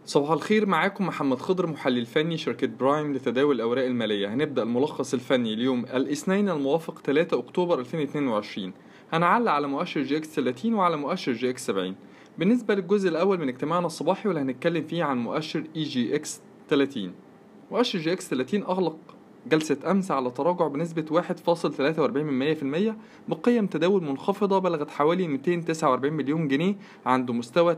صباح الخير، معاكم محمد خضر محلل فني شركة برايم لتداول الأوراق المالية. هنبدأ الملخص الفني اليوم الاثنين الموافق 3 أكتوبر 2022. هنعلق على مؤشر جي اكس 30 وعلى مؤشر جي اكس 70. بالنسبة للجزء الأول من اجتماعنا الصباحي واللي هنتكلم فيه عن مؤشر اي جي اكس 30. مؤشر جي اكس 30 أغلق جلسة أمس على تراجع بنسبة 1.43% بقيم تداول منخفضة بلغت حوالي 249 مليون جنيه عند مستوى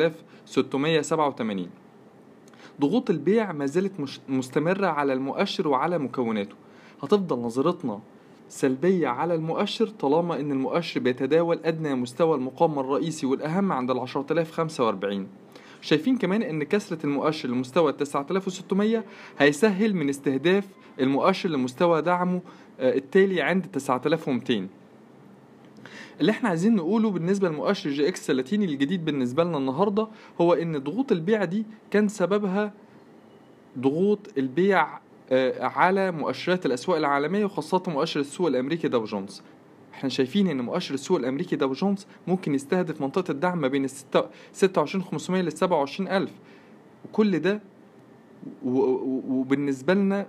9687. ضغوط البيع ما زالت مستمرة على المؤشر وعلى مكوناته. هتفضل نظرتنا سلبية على المؤشر طالما ان المؤشر بيتداول ادنى مستوى المقاومة الرئيسي والاهم عند 10045. شايفين كمان ان كسرة المؤشر لمستوى 9600 هيسهل من استهداف المؤشر لمستوى دعمه التالي عند 9200. اللي احنا عايزين نقوله بالنسبة لمؤشر جي اكس 30 الجديد بالنسبة لنا النهاردة هو ان ضغوط البيع دي كان سببها ضغوط البيع على مؤشرات الأسواق العالمية وخاصة مؤشر السوق الأمريكي داو جونز. احنا شايفين ان مؤشر السوق الأمريكي داو جونز ممكن يستهدف منطقة الدعم ما بين 26500 ل 27000، وكل ده وبالنسبة لنا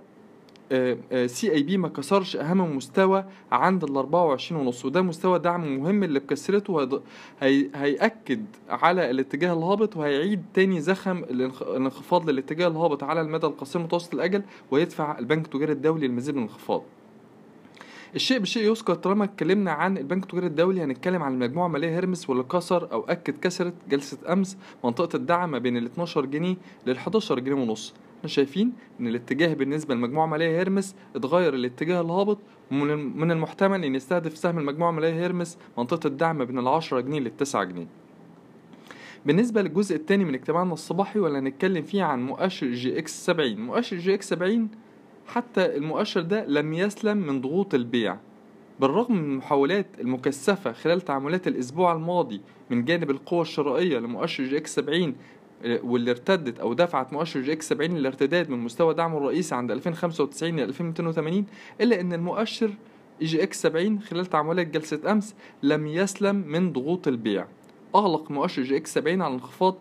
سي اي بي ما كسرش اهم مستوى عند ال 24.5، وده مستوى دعم مهم اللي بكسرته هيأكد على الاتجاه الهابط وهيعيد تاني زخم الانخفاض للاتجاه الهابط على المدى القصير متوسط الأجل ويدفع البنك التجاري الدولي للمزيد من الانخفاض. الشيء بالشيء يذكر، طالما اتكلمنا عن البنك التجاري الدولي هنتكلم عن المجموعة المالية هيرمس واللي كسر او اكد كسرت جلسة امس منطقة الدعم ما بين ال 12 جنيه لل 11 جنيه ونص. احنا شايفين ان الاتجاه بالنسبة للمجموعة المالية هيرمس اتغير الاتجاه الهابط، ومن المحتمل ان يستهدف سهم المجموعة المالية هيرمس منطقة الدعم ما بين ال 10 جنيه لل 9 جنيه. بالنسبة للجزء الثاني من اجتماعنا الصباحي واللي هنتكلم فيه عن مؤشر جي اكس 70. مؤشر جي اكس 70 حتى المؤشر ده لم يسلم من ضغوط البيع بالرغم من المحاولات المكثفة خلال تعاملات الأسبوع الماضي من جانب القوى الشرائية لمؤشر جي اكس 70، واللي ارتدت أو دفعت مؤشر جي اكس 70 للارتداد من مستوى دعمه الرئيسي عند 2095 ل 2280، إلا أن المؤشر جي اكس 70 خلال تعاملات جلسة أمس لم يسلم من ضغوط البيع. أغلق مؤشر جي اكس 70 على انخفاض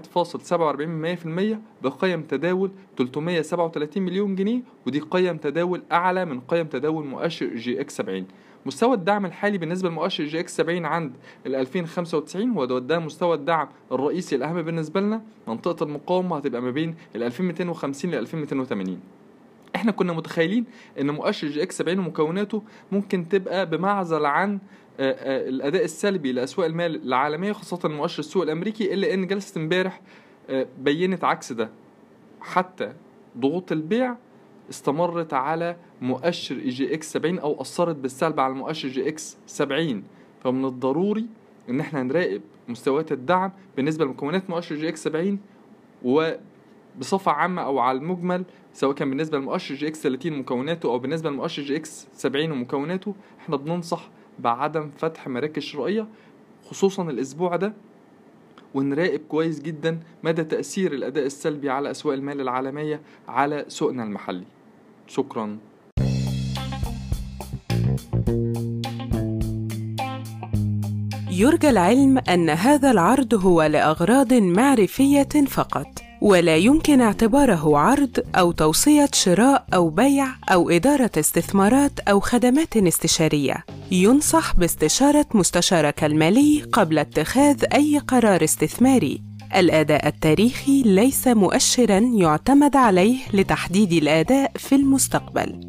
1.47% بقيم تداول 337 مليون جنيه، ودي قيم تداول أعلى من قيم تداول مؤشر جي اكس 70. مستوى الدعم الحالي بالنسبة لمؤشر جي اكس 70 عند ال 2095، وده مستوى الدعم الرئيسي الأهم بالنسبة لنا. منطقة المقاومة هتبقى ما بين ال 2250 ل 2280. احنا كنا متخيلين ان مؤشر جي اكس 70 ومكوناته ممكن تبقى بمعزل عن الأداء السلبي لأسواق المال العالمية خاصة مؤشر السوق الأمريكي، إلا أن جلسة امبارح بينت عكس ده. حتى ضغوط البيع استمرت على مؤشر جي اكس 70 أو أثرت بالسلب على مؤشر جي اكس 70. فمن الضروري أن احنا نراقب مستويات الدعم بالنسبة لمكونات مؤشر جي اكس 70 وبصفة عامة أو على المجمل، سواء كان بالنسبة لمؤشر جي اكس 30 ومكوناته أو بالنسبة لمؤشر جي اكس 70 ومكوناته. احنا بننصح بعدم فتح مراكز شرائية خصوصا الأسبوع ده، ونراقب كويس جدا مدى تأثير الأداء السلبي على أسواق المال العالمية على سوقنا المحلي. شكرا. يرجى العلم أن هذا العرض هو لأغراض معرفية فقط، ولا يمكن اعتباره عرض أو توصية شراء أو بيع أو إدارة استثمارات أو خدمات استشارية. ينصح باستشارة مستشارك المالي قبل اتخاذ أي قرار استثماري. الأداء التاريخي ليس مؤشراً يعتمد عليه لتحديد الأداء في المستقبل.